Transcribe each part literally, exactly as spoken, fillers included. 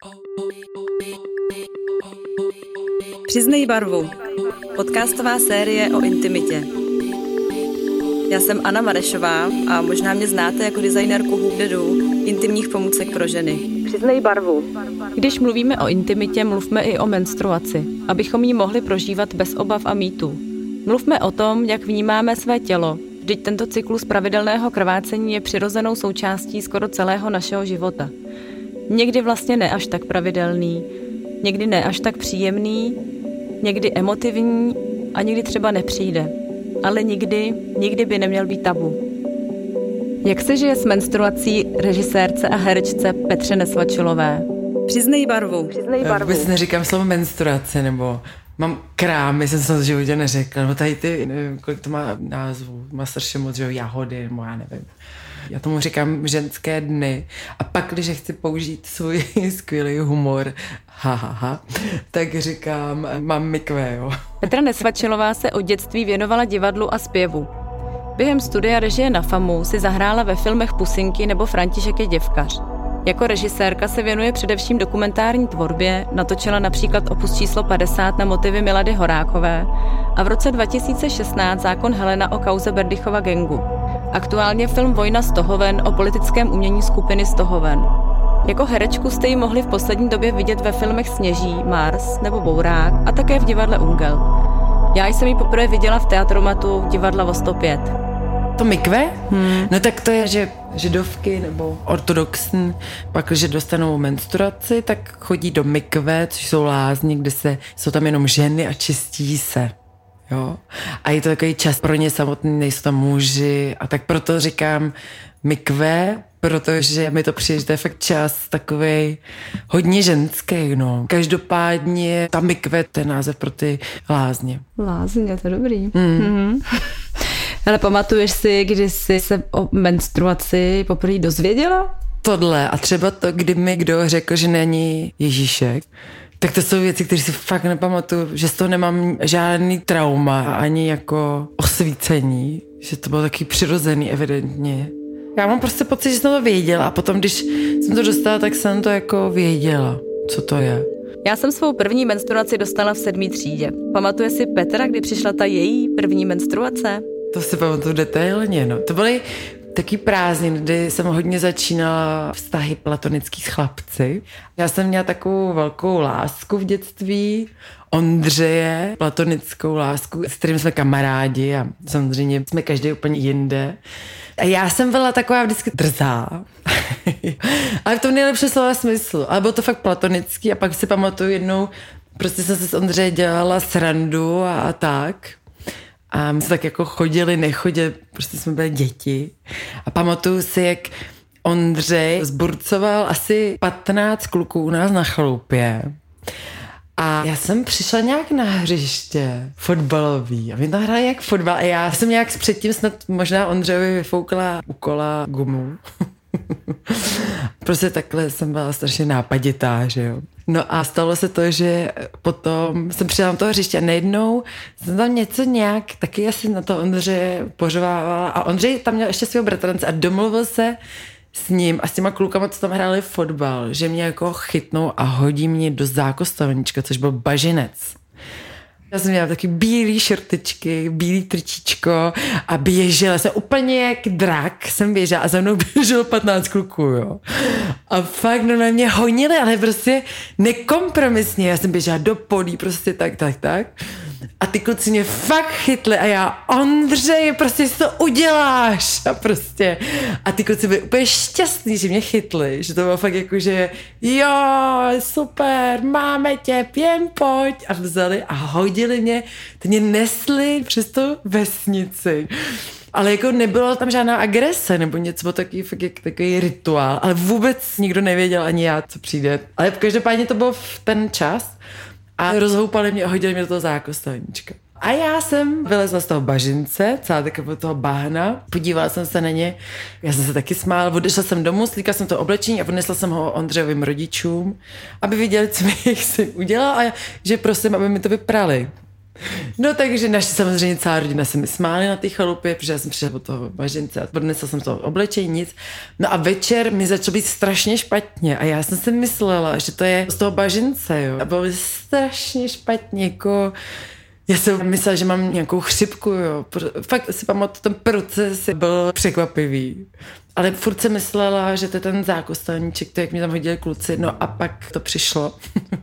Přiznej barvu. Podcastová série o intimitě. Já jsem Anna Marešová a možná mě znáte jako designérku Hoop-de-Doo, intimních pomůcek pro ženy. Přiznej barvu. Když mluvíme o intimitě, mluvme i o menstruaci, abychom ji mohli prožívat bez obav a mýtů. Mluvme o tom, jak vnímáme své tělo, vždyť tento cyklus pravidelného krvácení je přirozenou součástí skoro celého našeho života. Někdy vlastně ne až tak pravidelný, někdy ne až tak příjemný, někdy emotivní a někdy třeba nepřijde. Ale nikdy, nikdy by neměl být tabu. Jak se žije s menstruací režisérce a herečce Petře Nesvačilové? Přiznej barvu. Přiznej Já barvu. vůbec neříkám slovo menstruace, nebo mám krámy, jsem se v životě neřekla, no tady ty, nevím, kolik to má názvu, má strašně moc, že jo, jahody, nebo já nevím. Já tomu říkám ženské dny a pak, když chci použít svůj skvělý humor, ha, ha, ha, tak říkám, mám mikvé, jo. Petra Nesvačilová se od dětství věnovala divadlu a zpěvu. Během studia režie na FAMu si zahrála ve filmech Pusinky nebo František je děvkař. Jako režisérka se věnuje především dokumentární tvorbě, natočila například Opus číslo padesát na motivy Milady Horákové a v roce dva tisíce šestnáct Zákon Helena o kauze Berdychova gangu. Aktuálně film Vojna Stohoven o politickém umění skupiny Stohoven. Jako herečku jste ji mohli v poslední době vidět ve filmech Sněží, Mars nebo Bourák a také v divadle Ungel. Já jsem ji poprvé viděla v Teatromatu divadla O sto pět. To mikve? Hmm. No tak to je, že židovky nebo ortodoxní, pak, když dostanou menstruaci, tak chodí do mikve, což jsou lázně, kde se, jsou tam jenom ženy a čistí se. Jo? A je to takový čas pro ně samotný, nejsou tam muži a tak proto říkám mikve, protože mi to přijde, že to je fakt čas takovej hodně ženský, no. Každopádně ta mikve, to je název pro ty lázně. Lázně, to je dobrý. Mm. Mm-hmm. Ale pamatuješ si, kdy jsi se o menstruaci poprvé dozvěděla? Tohle a třeba to, kdy mi kdo řekl, že není Ježíšek, tak to jsou věci, které si fakt nepamatuju, že z toho nemám žádný trauma ani jako osvícení, že to bylo taky přirozený evidentně. Já mám prostě pocit, že jsem to věděla a potom, když jsem to dostala, tak jsem to jako věděla, co to je. Já jsem svou první menstruaci dostala v sedmý třídě. Pamatuje si Petra, kdy přišla ta její první menstruace? To si pamatuju detailně, no. To byly taky prázdniny, kdy jsem hodně začínala vztahy platonický s chlapci. Já jsem měla takovou velkou lásku v dětství, Ondřeje, platonickou lásku, s kterým jsme kamarádi a samozřejmě jsme každý úplně jinde. A já jsem byla taková vždycky drzá, ale v tom nejlepším slova smyslu. Ale bylo to fakt platonický a pak si pamatuju jednou, prostě jsem se s Ondřeje dělala srandu a, a tak. A my jsme tak jako chodili, nechodili, prostě jsme byli děti. A pamatuju si, jak Ondřej zburcoval asi patnáct kluků u nás na chalupě. A já jsem přišla nějak na hřiště fotbalový a my tam hráli jak fotbal a já jsem nějak předtím snad možná Ondřejovi vyfoukla u kola gumu. Prostě takhle jsem byla strašně nápaditá, že jo. No a stalo se to, že potom jsem přijela na toho hřiště a najednou jsem tam něco nějak, taky asi na to Ondřeje pořovávala a Ondřej tam měl ještě svého bratrance a domluvil se s ním a s těma klukama, co tam hráli fotbal, že mě jako chytnou a hodí mě do zákostavníčka, což byl bažinec. Já jsem měla taky bílý šortičky, bílý tričíčko a běžela jsem úplně jak drak, jsem běžela a za mnou běželo patnáct kluků, jo. A fakt no, na mě honili, ale prostě nekompromisně. Já jsem běžela do polí, prostě tak, tak, tak. A ty kluci mě fakt chytli a já, Ondřej, prostě si to uděláš. A prostě. A ty kluci byli úplně šťastní, že mě chytli. Že to bylo fakt jako, že jo, super, máme tě, jen pojď. A vzali a hodili mě, ty mě nesli přes tu vesnici. Ale jako nebyla tam žádná agrese nebo něco, bylo takový, fakt jak takový rituál. Ale vůbec nikdo nevěděl, ani já, co přijde. Ale každopádně to bylo v ten čas. A rozhoupali mě a hodili mě do toho zákostavníčka. A já jsem vylezla z toho bažince, celá takového toho bahna, podívala jsem se na ně, já jsem se taky smála, odešla jsem domů, slíkala jsem to oblečení a odnesla jsem ho Ondřejovým rodičům, aby viděli, co mi jejich syn udělal a že prosím, aby mi to vyprali. No takže naši samozřejmě celá rodina se mi smáli na té chalupě, protože já jsem přišla od toho bažince a odnesla jsem to oblečení, nic. No a večer mi začalo být strašně špatně a já jsem si myslela, že to je z toho bažince, jo. A bylo mi strašně špatně, jako... Já jsem myslela, že mám nějakou chřipku, jo. Fakt si pamatuju, ten proces byl překvapivý. Ale furt jsem myslela, že to je ten zákostelníček, to jak mě tam hodili kluci, no a pak to přišlo.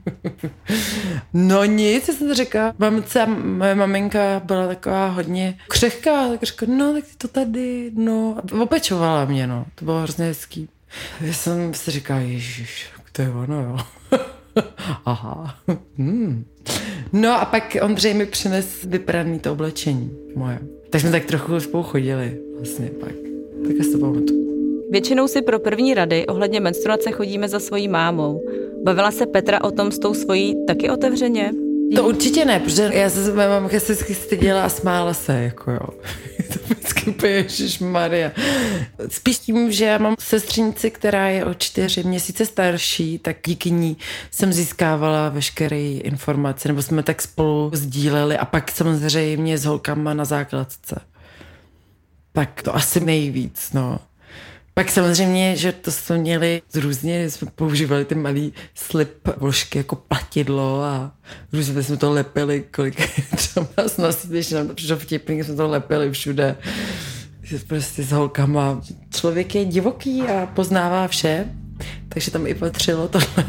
No nic, já jsem to řekla. Mamce a moje maminka byla taková hodně křehká, tak řekla, no tak ty to tady, no. A opečovala mě, no. To bylo hrozně hezký. Já jsem si říkala, ježiš, to je ono, jo. Aha. Hmm. No a pak Ondřej mi přines vypraný to oblečení moje. Tak jsme tak trochu spolu chodili vlastně pak. Tak já si to pamatuju. Většinou si pro první rady ohledně menstruace chodíme za svojí mámou. Bavila se Petra o tom s tou svojí taky otevřeně? To určitě ne, protože já se mé mamka se vždycky styděla a smála se, jako jo. To vždycky úplně ježišmarja. Spíš tím, že já mám sestřenici, která je o čtyři měsíce starší, tak díky ní jsem získávala veškeré informace, nebo jsme tak spolu sdíleli a pak samozřejmě s holkama na základce. Tak to asi nejvíc, no. Pak samozřejmě, že to jsme měli různě, jsme používali ty malý slip vložky jako platidlo a různě jsme to lepili, kolik třeba nás nosí, když nám to přišlo vtipný, jsme to lepili všude. Prostě s holkama. Člověk je divoký a poznává vše, takže tam i patřilo tohle.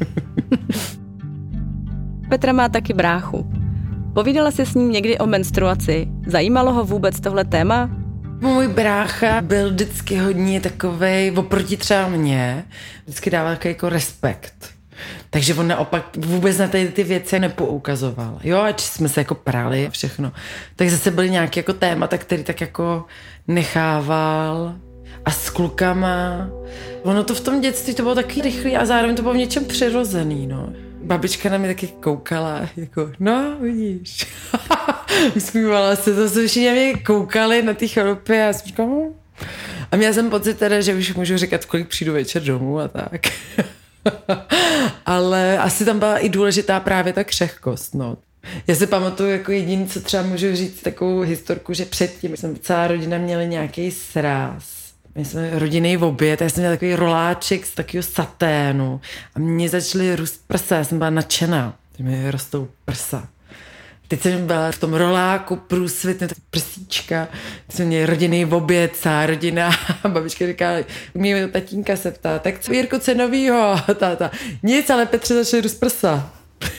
Petra má taky bráchu. Povídala se s ním někdy o menstruaci. Zajímalo ho vůbec tohle téma? Můj brácha byl vždycky hodně takovej, oproti třeba mě, vždycky dával takový jako respekt. Takže on naopak vůbec na ty, ty věci nepoukazoval. Jo, ať jsme se jako prali a všechno. Tak zase byly nějaké jako témata, který tak jako nechával. A s klukama. Ono to v tom dětství to bylo taky rychlý a zároveň to bylo v něčem přirozený, no. Babička na mě taky koukala, jako, no, vidíš. Uspívala se, to se všichni mě koukali na ty chalupy a já jsem říkala, no. A měla jsem pocit teda, že už můžu říkat, kolik přijdu večer domů a tak. Ale asi tam byla i důležitá právě ta křehkost, no. Já si pamatuju jako jediný, co třeba můžu říct takovou historku, že předtím jsem celá rodina měli nějaký sráz. My jsme rodinný oběd, já jsem měla takový roláček z takového saténu a mě začaly růst prsa, já jsem byla nadšená, že mi rostou prsa. Teď jsem byla v tom roláku průsvitně, tak prsíčka, teď jsme měli rodinný oběd, celá rodina a babička říká, umíme to tatínka se ptá, tak co Jirko, co novýho? Táta, nic, ale Petře začaly růst prsa.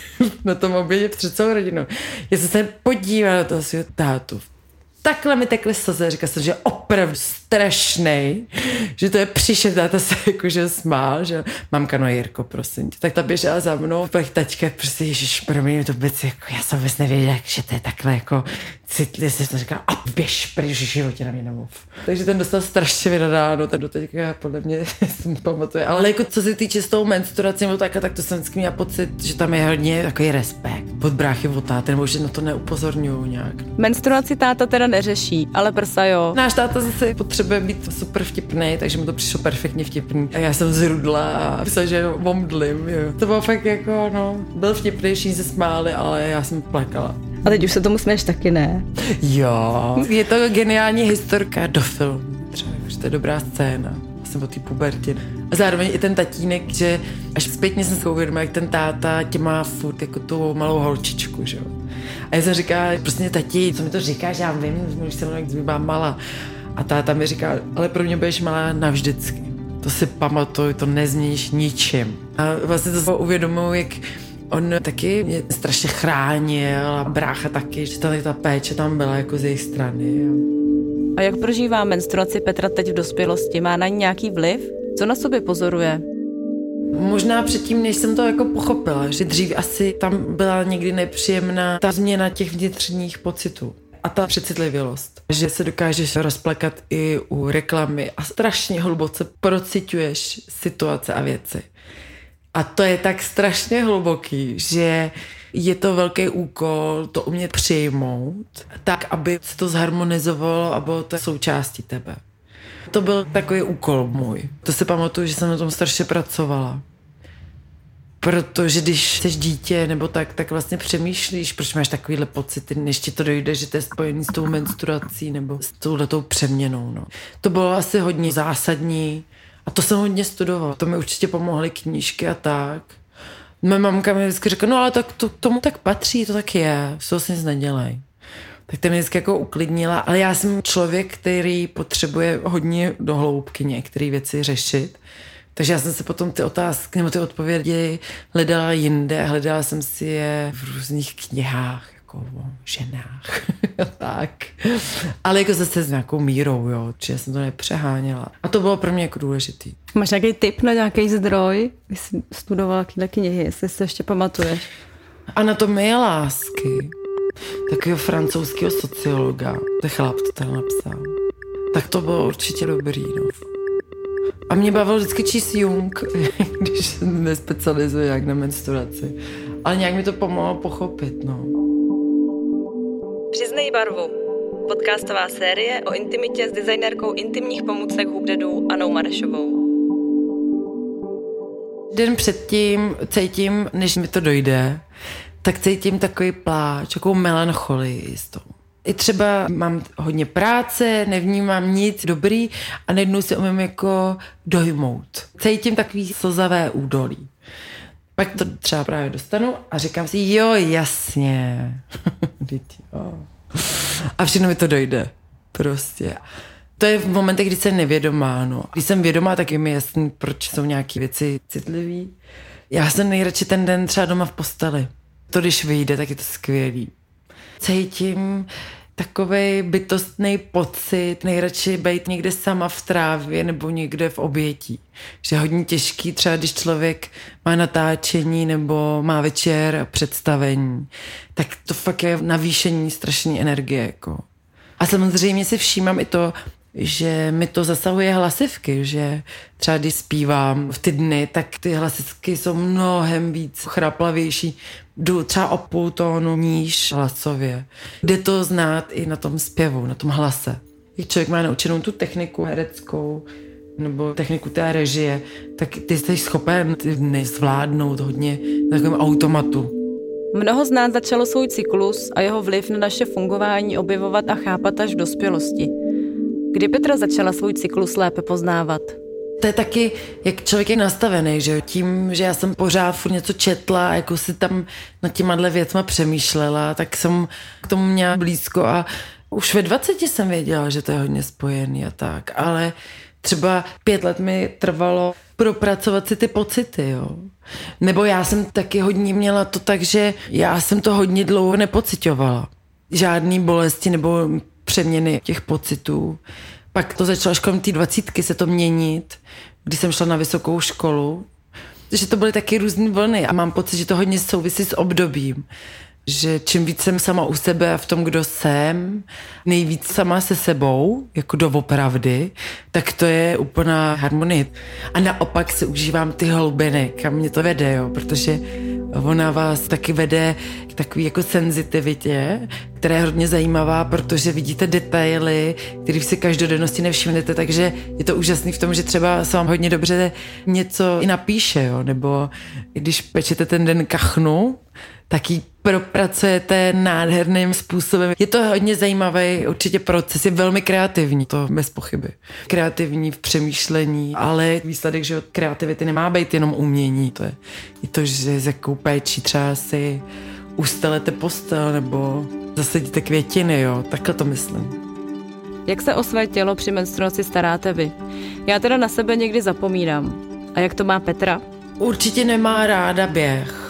Na tom obědě před celou rodinou. Já jsem se podívala na toho svého tátu. Takhle mi tekly slzy, říkala jsem, že je opravdu strašnej, že to je přišel, táta se jakože smál, že mamka, no Jirko, prosím tě. Tak ta běžela za mnou, pak tačka, prostě ježiš, promiň, to vůbec, jako, já jsem vůbec nevěděla, že to je takhle jako citlivě, jsem říkala, a běž, pryč, v životě na mě nemluv. Takže ten dostal strašně vynadáno, ten doteďka podle mě si pamatuje. Ale jako co se týče s tou menstruací nebo tak, tak to jsem vždycky měla pocit, že tam je hodně takový respekt od bráchy, od táty, nebo že na to neupozorňuju nějak. Menstruaci táta teda neřeší, ale prsa jo. Náš táta zase potřebuje být super vtipný, takže mu to přišlo perfektně vtipný. A já jsem zrudla a myslela, že omdlím, jo. To bylo fakt jako, no, byl vtipný, všichni se smáli, ale já jsem plakala. A teď už se tomu směješ taky, ne? Jo. Je to geniální historka do filmu. Třeba, že to je dobrá scéna. Jsem o té pubertě. A zároveň i ten tatínek, že až zpětně jsem si uvědomila, jak ten táta tě má furt jako tu malou holčičku, že jo. A já jsem říkala, prostě tati, co mi to říkáš, já vím, když jsem jak byla malá. A táta mi říká, ale pro mě budeš malá navždycky. To si pamatuj, to nezměníš ničím. A vlastně to si uvědomuji, jak on taky mě strašně chránil a brácha taky, že ta, ta péče tam byla jako z jejich strany. Jo. A jak prožívá menstruaci Petra teď v dospělosti? Má na ní nějaký vliv? Co na sobě pozoruje? Možná předtím, než jsem to jako pochopila, že dřív asi tam byla někdy nepříjemná ta změna těch vnitřních pocitů. A ta přecitlivělost, že se dokážeš rozplakat i u reklamy a strašně hluboce prociťuješ situace a věci. A to je tak strašně hluboký, že je to velký úkol to umět přijmout, tak, aby se to zharmonizovalo a bylo to součástí tebe. To byl takový úkol můj. To si pamatuju, že jsem na tom strašně pracovala. Protože když jsi dítě nebo tak, tak vlastně přemýšlíš, proč máš takovýhle pocity, než ti to dojde, že to je spojený s tou menstruací nebo s touhletou přeměnou. No. To bylo asi hodně zásadní a to jsem hodně studovala. To mi určitě pomohly knížky a tak. Moje mamka mi vždycky řekla, no ale tak to, tomu tak patří, to tak je, z toho si nic nedělej. Tak to mě vždycky jako uklidnila, ale já jsem člověk, který potřebuje hodně do hloubky některé věci řešit. Takže já jsem se potom ty otázky nebo ty odpovědi hledala jinde, hledala jsem si je v různých knihách, jako o ženách, tak. Ale jako zase s nějakou mírou, jo, čiže jsem to nepřeháněla. A to bylo pro mě jako důležitý. Máš nějaký tip na nějaký zdroj? Jsi studovala tyhle knihy, jestli se ještě pamatuješ. Anatomie lásky, takového francouzského sociologa, to je chlap, to tam napsal. Tak to bylo určitě dobrý, no. A mě bavil vždycky číst Jung, když se nespecializuje jak na menstruaci. Ale nějak mi to pomohlo pochopit, no. Přiznej barvu. Podcastová série o intimitě s designérkou intimních pomůcek Hubdedů Anou Marešovou. Den předtím cítím, než mi to dojde, tak cítím takový pláč, takovou melancholii jistou. I třeba mám hodně práce, nevnímám nic dobrý a najednou si umím jako dojmout. Cítím takový slzavé údolí. Pak to třeba právě dostanu a říkám si, jo, jasně. jo. A všechno mi to dojde. Prostě. To je v momentech, kdy jsem nevědomá. No. Když jsem vědomá, tak je mi jasný, proč jsou nějaké věci citlivý. Já jsem nejradši ten den třeba doma v posteli. To, když vyjde, tak je to skvělý. Cítím takovej bytostný pocit, nejradši být někde sama v trávě nebo někde v obětí. Že je hodně těžký, třeba když člověk má natáčení nebo má večer představení, tak to fakt je navýšení strašné energie. Jako. A samozřejmě si všímám i to, že mi to zasahuje hlasivky, že třeba když zpívám v ty dny, tak ty hlasivky jsou mnohem víc chraplavější, jdu třeba o půl tónu níž hlasově. Jde to znát i na tom zpěvu, na tom hlase. Když člověk má naučenou tu techniku hereckou nebo techniku té režie, tak ty jsi schopen ty dny zvládnout hodně na takovém automatu. Mnoho z nás začalo svůj cyklus a jeho vliv na naše fungování objevovat a chápat až v dospělosti. Kdy Petra začala svůj cyklus lépe poznávat? To je taky, jak člověk je nastavený, že tím, že já jsem pořád furt něco četla, jako si tam nad těma věcma přemýšlela, tak jsem k tomu měla blízko a už ve dvaceti jsem věděla, že to je hodně spojený a tak, ale třeba pět let mi trvalo propracovat si ty pocity, jo. Nebo já jsem taky hodně měla to tak, že já jsem to hodně dlouho nepociťovala. Žádný bolesti nebo přeměny těch pocitů. Pak to začalo až kolem té dvacítky se to měnit, když jsem šla na vysokou školu. Že to byly taky různé vlny a mám pocit, že to hodně souvisí s obdobím. Že čím víc jsem sama u sebe a v tom, kdo jsem, nejvíc sama se sebou, jako doopravdy, tak to je úplná harmonie. A naopak si užívám ty hloubiny, kam mě to vede, jo, protože ona vás taky vede k takové jako senzitivitě, která je hodně zajímavá, protože vidíte detaily, které si každodennosti nevšimnete, takže je to úžasný v tom, že třeba se vám hodně dobře něco i napíše, jo, nebo když pečete ten den kachnu, tak ji propracujete nádherným způsobem. Je to hodně zajímavý určitě proces, je velmi kreativní, to bez pochyby. Kreativní v přemýšlení, ale výsledek, že od kreativity nemá být jenom umění, to je i to, že s jakou péčí třeba si ustelete postel nebo zasadíte květiny, jo, takhle to myslím. Jak se o své tělo při menstruaci staráte vy? Já teda na sebe někdy zapomínám. A jak to má Petra? Určitě nemá ráda běh.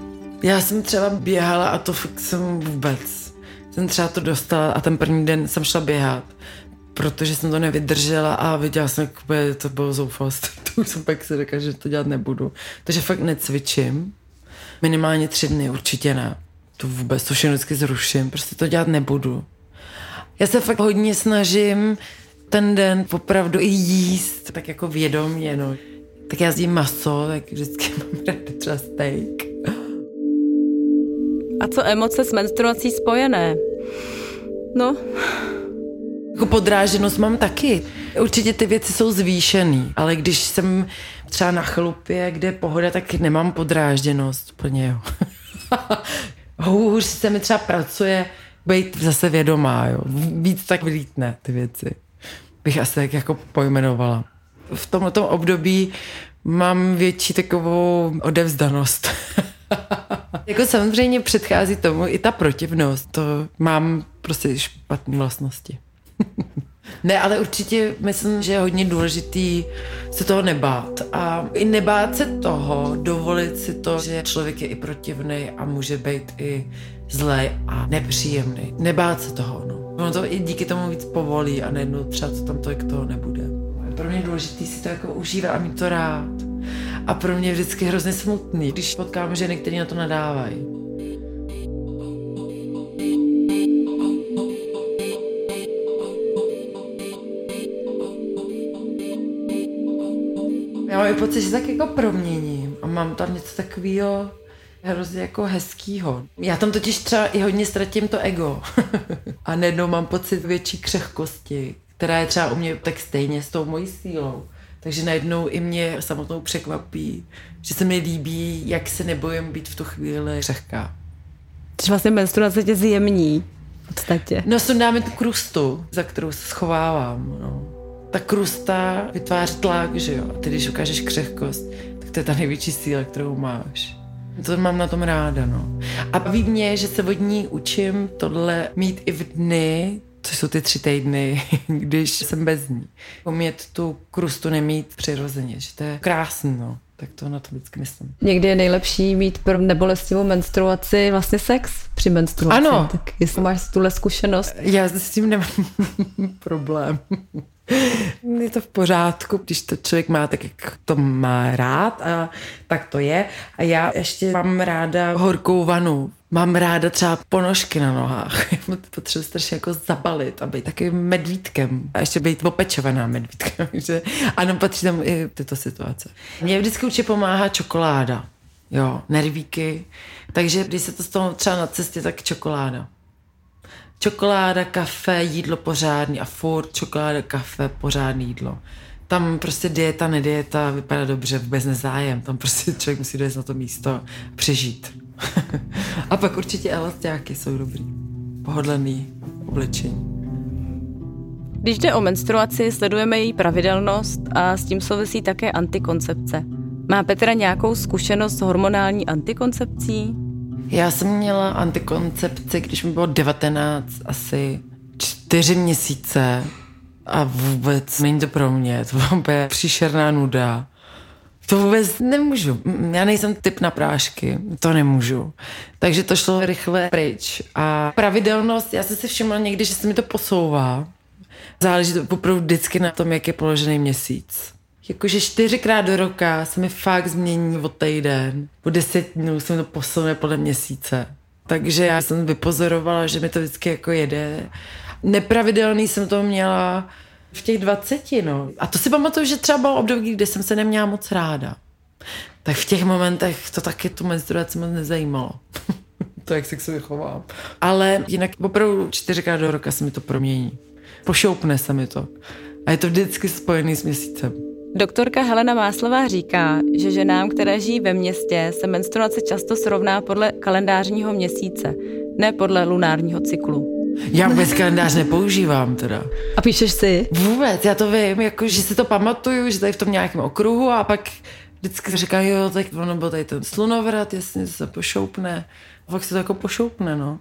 Já jsem třeba běhala a to fakt jsem vůbec. Jsem třeba to dostala a ten první den jsem šla běhat, protože jsem to nevydržela a viděla jsem, jak to bylo zoufalství. To už jsem pak si řekla, že to dělat nebudu. Takže fakt necvičím. Minimálně tři dny, určitě ne. To vůbec, to všechno vždycky zruším, prostě to dělat nebudu. Já se fakt hodně snažím ten den opravdu i jíst, tak jako vědomě, no. Tak já zjím maso, tak vždycky mám ráda třeba steak. A co emoce s menstruací spojené? No. Jako podráženost mám taky. Určitě ty věci jsou zvýšený, ale když jsem třeba na chalupě, kde je pohoda, tak nemám podrážděnost úplně, jo. Hůř se mi třeba pracuje být zase vědomá, jo. Víc tak vylítne ty věci. Bych asi tak jako pojmenovala. V tomto období mám větší takovou odevzdanost. Jako samozřejmě předchází tomu i ta protivnost. To mám prostě špatné vlastnosti. Ne, ale určitě myslím, že je hodně důležitý se toho nebát. A i nebát se toho, dovolit si to, že člověk je i protivnej a může být i zlej a nepříjemný. Nebát se toho, no. Ono to i díky tomu víc povolí a najednou třeba co tam tolik toho nebude. Pro mě je důležitý si to jako užívat a mít to rád. A pro mě je vždycky hrozně smutný, když potkám ženy, které na to nadávají. Já mám i pocit, že se tak jako proměním a mám tam něco takového hrozně jako hezkýho. Já tam totiž třeba i hodně ztratím to ego. A najednou mám pocit větší křehkosti, která je třeba u mě tak stejně s tou mojí sílou. Takže najednou i mě samotnou překvapí, že se mi líbí, jak se nebojím být v tu chvíli křehká. Takže vlastně menstruace tě zjemní v podstatě. No, sundáme tu krustu, za kterou se schovávám, no. Ta krusta vytváří tlak, že jo? A ty, když ukážeš křehkost, tak to je ta největší síla, kterou máš. To mám na tom ráda, no. A baví mě, že se od ní učím tohle mít i v dny, což jsou ty tři týdny, když jsem bez ní. Umět tu krustu nemít přirozeně, že to je krásný, no. Tak to na to vždycky myslím. Někdy je nejlepší mít pro nebolestivou menstruaci vlastně sex při menstruaci. Ano. Tak jestli máš tuhle zkušenost. Já s tím nemám problém. Je to v pořádku, když to člověk má tak, jak to má rád, a tak to je. A já ještě mám ráda horkou vanu. Mám ráda třeba ponožky na nohách. Potřebuji strašně jako zabalit a být takovým medvídkem. A ještě být opečovaná medvídkem. Že ano, patří tam i tyto situace. Mě vždycky určitě pomáhá čokoláda. Jo, nervíky. Takže když se to stalo třeba na cestě, tak čokoláda. Čokoláda, kafe, jídlo pořádný a furt čokoláda, kafe, pořádný jídlo. Tam prostě dieta, nedieta vypadá dobře, vůbec nezájem. Tam prostě člověk musí dojít na to místo a přežít. A pak určitě elastiáky jsou dobrý. Pohodlný oblečení. Když jde o menstruaci, sledujeme její pravidelnost a s tím souvisí také antikoncepce. Má Petra nějakou zkušenost s hormonální antikoncepcí? Já jsem měla antikoncepci, když mi bylo devatenáct, asi čtyři měsíce a vůbec není to pro mě, to byla úplně příšerná nuda. To vůbec nemůžu. Já nejsem typ na prášky, to nemůžu. Takže to šlo rychle pryč. A pravidelnost, já jsem si všimla někdy, že se mi to posouvá. Záleží to opravdu vždycky na tom, jak je položený měsíc. Jakože čtyřikrát do roka se mi fakt změní o týden. Po deset dnů se mi to posune podle měsíce. Takže já jsem vypozorovala, že mi to vždycky jako jede. Nepravidelný jsem to měla v těch dvaceti, no. A to si pamatuju, že třeba bylo období, kdy jsem se neměla moc ráda. Tak v těch momentech to taky tu menstruaci moc nezajímalo. To, jak se k sobě chovám. Ale jinak opravdu čtyřikrát do roka se mi to promění. Pošoupne se mi to. A je to vždycky spojený s měsícem. Doktorka Helena Máslová říká, že ženám, které žijí ve městě, se menstruace často srovná podle kalendářního měsíce, ne podle lunárního cyklu. Já vůbec kalendář nepoužívám teda. A píšeš si? Vůbec, já to vím, jako, že si to pamatuju, že tady v tom nějakém okruhu a pak vždycky říkám, jo, tak ono byl tady ten slunovrat, jasně se pošoupne. A pak se to jako pošoupne, no.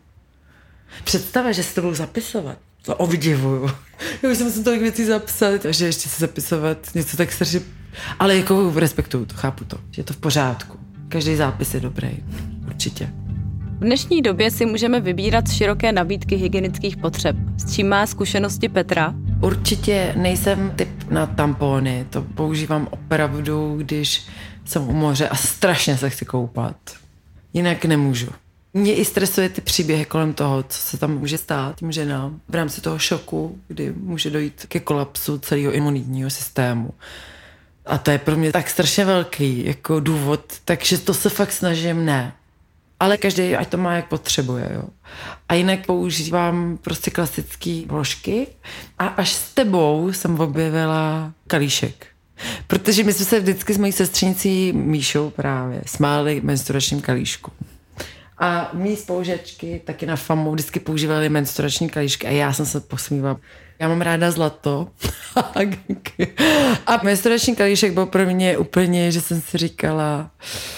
Představa, že si to budu zapisovat. To obdivuju. Já už jsem musím tolik věcí zapsat, že ještě se zapisovat něco tak strašně. Ale jako respektuju to, chápu to, že je to v pořádku. Každý zápis je dobrý, určitě. V dnešní době si můžeme vybírat z široké nabídky hygienických potřeb. S čím má zkušenosti Petra? Určitě nejsem typ na tampony, to používám opravdu, když jsem u moře a strašně se chci koupat. Jinak nemůžu. Mě i stresuje ty příběhy kolem toho, co se tam může stát tím ženám v rámci toho šoku, kdy může dojít ke kolapsu celého imunitního systému. A to je pro mě tak strašně velký jako důvod, takže to se fakt snažím ne. Ale každý ať to má, jak potřebuje, jo. A jinak používám prostě klasické vložky a až s tebou jsem objevila kalíšek. Protože my jsme se vždycky s mojí sestřenicí Míšou právě smáli menstruačním kalíšku. A mý spolužačky taky na FAMu vždycky používaly menstruační kalíšky a já jsem se posmívala. Já mám ráda zlato. A menstruační kalíšek byl pro mě úplně, že jsem si říkala,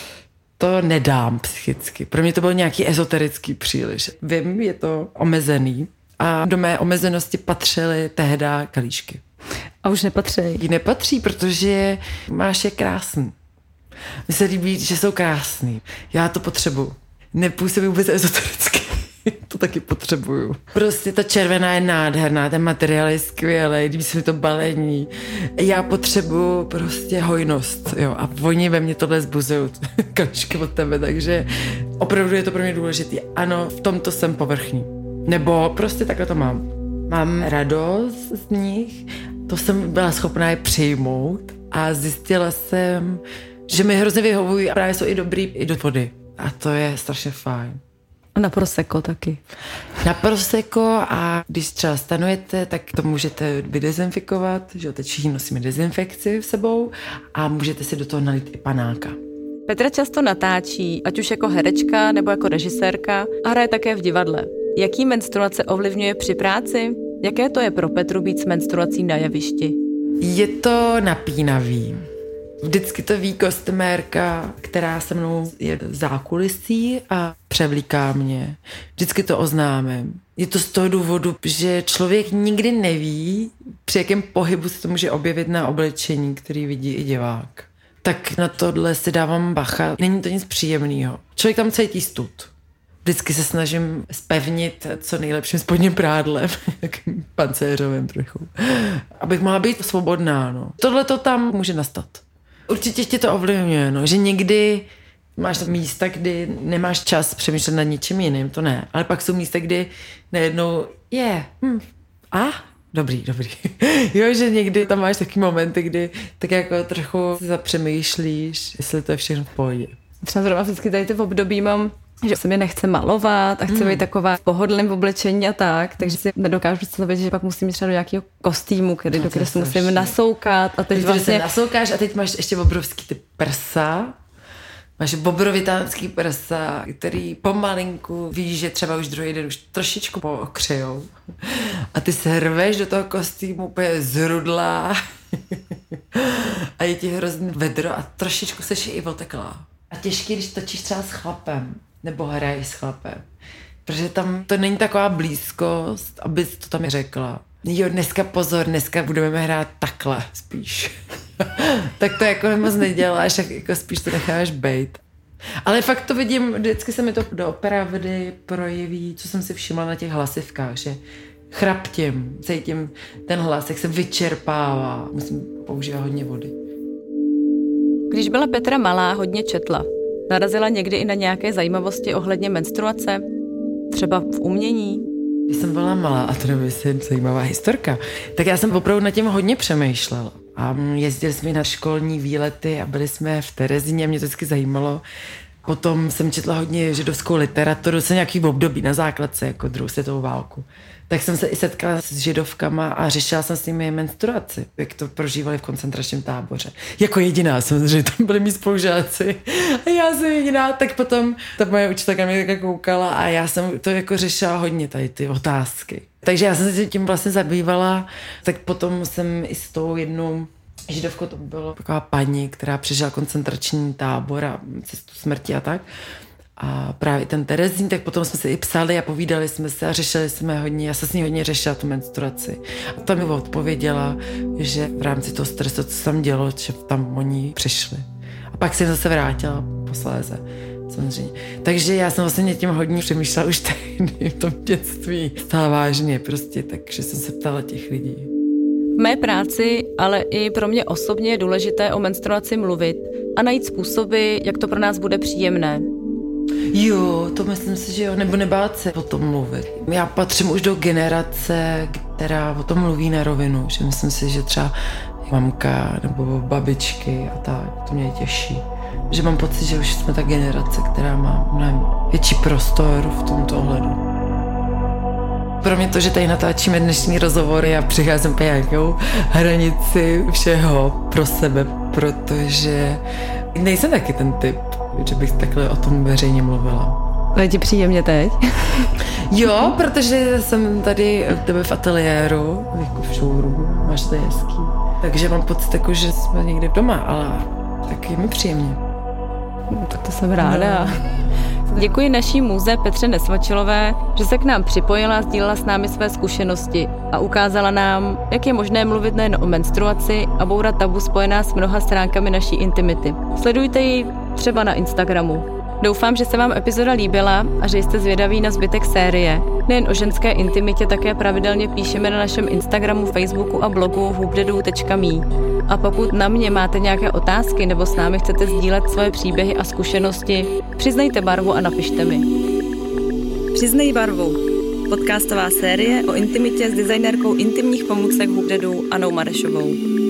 to nedám psychicky. Pro mě to bylo nějaký ezoterický příliš. Vím, je to omezený a do mé omezenosti patřily tehda kalíšky. A už nepatří. Jí nepatří, protože máš je krásný. Mně se líbí, že jsou krásný. Já to potřebuju. Nepůsobí vůbec ezotericky. To taky potřebuju. Prostě ta červená je nádherná, ten materiál je skvělý, líbí se mi to balení. Já potřebuju prostě hojnost, jo, a oni ve mně tohle zbuzují kalíšky od tebe, takže opravdu je to pro mě důležitý. Ano, v tomto jsem povrchní. Nebo prostě takhle to mám. Mám radost z nich, to jsem byla schopná je přijmout a zjistila jsem, že mi hrozně vyhovují a právě jsou i dobrý i do vody. A to je strašně fajn. A na prosecco taky. Na prosecco a když třeba stanujete, tak to můžete vydezinfikovat, že teď všichni nosíme dezinfekci v sebou a můžete si do toho nalít i panáka. Petra často natáčí, ať už jako herečka nebo jako režisérka a hraje také v divadle. Jaký menstruace ovlivňuje při práci? Jaké to je pro Petru být s menstruací na jevišti? Je to napínavý. Vždycky to ví kostymérka, která se mnou je v zákulisí a převlíká mě. Vždycky to oznámím. Je to z toho důvodu, že člověk nikdy neví, při jakém pohybu se to může objevit na oblečení, který vidí i divák. Tak na tohle si dávám bacha. Není to nic příjemného. Člověk tam cítí stud. Vždycky se snažím spevnit co nejlepším spodním prádlem, takým pancéřovým trochu, abych mohla být svobodná. No. Tohle to tam může nastat. Určitě tě to ovlivňuje, no, že někdy máš tam místa, kdy nemáš čas přemýšlet nad ničím jiným, to ne. Ale pak jsou místa, kdy najednou je, yeah, hm, a dobrý, dobrý. Jo, že někdy tam máš taky momenty, kdy tak jako trochu zapřemýšlíš, jestli to je všechno v pohodě. Třeba zrovna vždycky tady ty v období mám, že se mi nechce malovat a chci mm. být taková v pohodlném oblečení a tak, takže si nedokážu představit, že pak musím jít třeba do nějakého kostýmu, který, no, do které se musím nasoukat. A teď když vlastně... se nasoukáš a teď máš ještě obrovský ty prsa, máš bobrovitánský prsa, který pomalinku víš, že třeba už druhý den už trošičku pookřejou a ty se hrveš do toho kostýmu úplně zrudlá a je ti hrozný vedro a trošičku seš i oteklá. A těžký, když točíš třeba s chlapem, nebo hraješ s chlapem. Protože tam to není taková blízkost, aby to tam řekla. Jo, dneska pozor, dneska budeme hrát takhle spíš. Tak to jako moc neděláš, tak jako spíš to necháš bejt. Ale fakt to vidím, vždycky se mi to doopravdy projeví, co jsem si všimla na těch hlasivkách, že chraptím, cítím ten hlas, jak se vyčerpává. Musím používat hodně vody. Když byla Petra malá, hodně četla. Narazila někdy i na nějaké zajímavosti ohledně menstruace? Třeba v umění? Když jsem byla malá, a to je zajímavá historka, tak já jsem opravdu nad tím hodně přemýšlela. A jezdili jsme na školní výlety a byli jsme v Terezíně, mě to vždycky zajímalo. Potom jsem četla hodně židovskou literaturu, se nějaký období na základce, jako druhou světovou válku. Tak jsem se i setkala s židovkama a řešila jsem s nimi menstruaci, jak to prožívali v koncentračním táboře. Jako jediná, samozřejmě, tam byli mý spolužáci a já jsem jediná, tak potom ta moje učitelka mě tak koukala a já jsem to jako řešila hodně tady ty otázky. Takže já jsem se tím vlastně zabývala, tak potom jsem i s tou jednou židovkou, to bylo taková paní, která přežila koncentrační tábor a cestu smrti a tak. A právě ten Terezín, tak potom jsme se i psali a povídali jsme se a řešili jsme hodně, já se s ní hodně řešila tu menstruaci. A ta mi odpověděla, že v rámci toho stresu, co se tam dělo, že tam oni přišli. A pak jsem zase vrátila posléze, samozřejmě. Takže já jsem vlastně tím hodně přemýšlela už tehdy v tom dětství. Stále vážně prostě, takže jsem se ptala těch lidí. V mé práci, ale i pro mě osobně je důležité o menstruaci mluvit a najít způsoby, jak to pro nás bude příjemné. Jo, to myslím si, že jo, nebo nebát se o tom mluvit. Já patřím už do generace, která o tom mluví na rovinu, že myslím si, že třeba mamka nebo babičky a tak, to mě těší. že mám pocit, že už jsme ta generace, která má mnohem větší prostor v tomto ohledu. Pro mě to, že tady natáčíme dnešní rozhovory, já přicházím po nějakou hranici všeho pro sebe, protože nejsem taky ten typ, že bych takhle o tom veřejně mluvila. To je ti příjemně teď? Jo, protože jsem tady u tebe v ateliéru, jako v showroomu, máš to hezký. Takže mám pocit, jako, že jsme někde doma, ale taky mi příjemně. No, tak to jsem ráda. No. Děkuji naší muze Petře Nesvačilové, že se k nám připojila a sdílela s námi své zkušenosti a ukázala nám, jak je možné mluvit nejen o menstruaci a bourat tabu spojená s mnoha stránkami naší intimity. Sledujte ji třeba na Instagramu. Doufám, že se vám epizoda líbila a že jste zvědaví na zbytek série. Nejen o ženské intimitě také pravidelně píšeme na našem Instagramu, Facebooku a blogu hoopdedu tečka me. A pokud na mě máte nějaké otázky nebo s námi chcete sdílet svoje příběhy a zkušenosti, přiznejte barvu a napište mi. Přiznej barvu. Podcastová série o intimitě s designérkou intimních pomůcek Hoopdedu Anou Marešovou.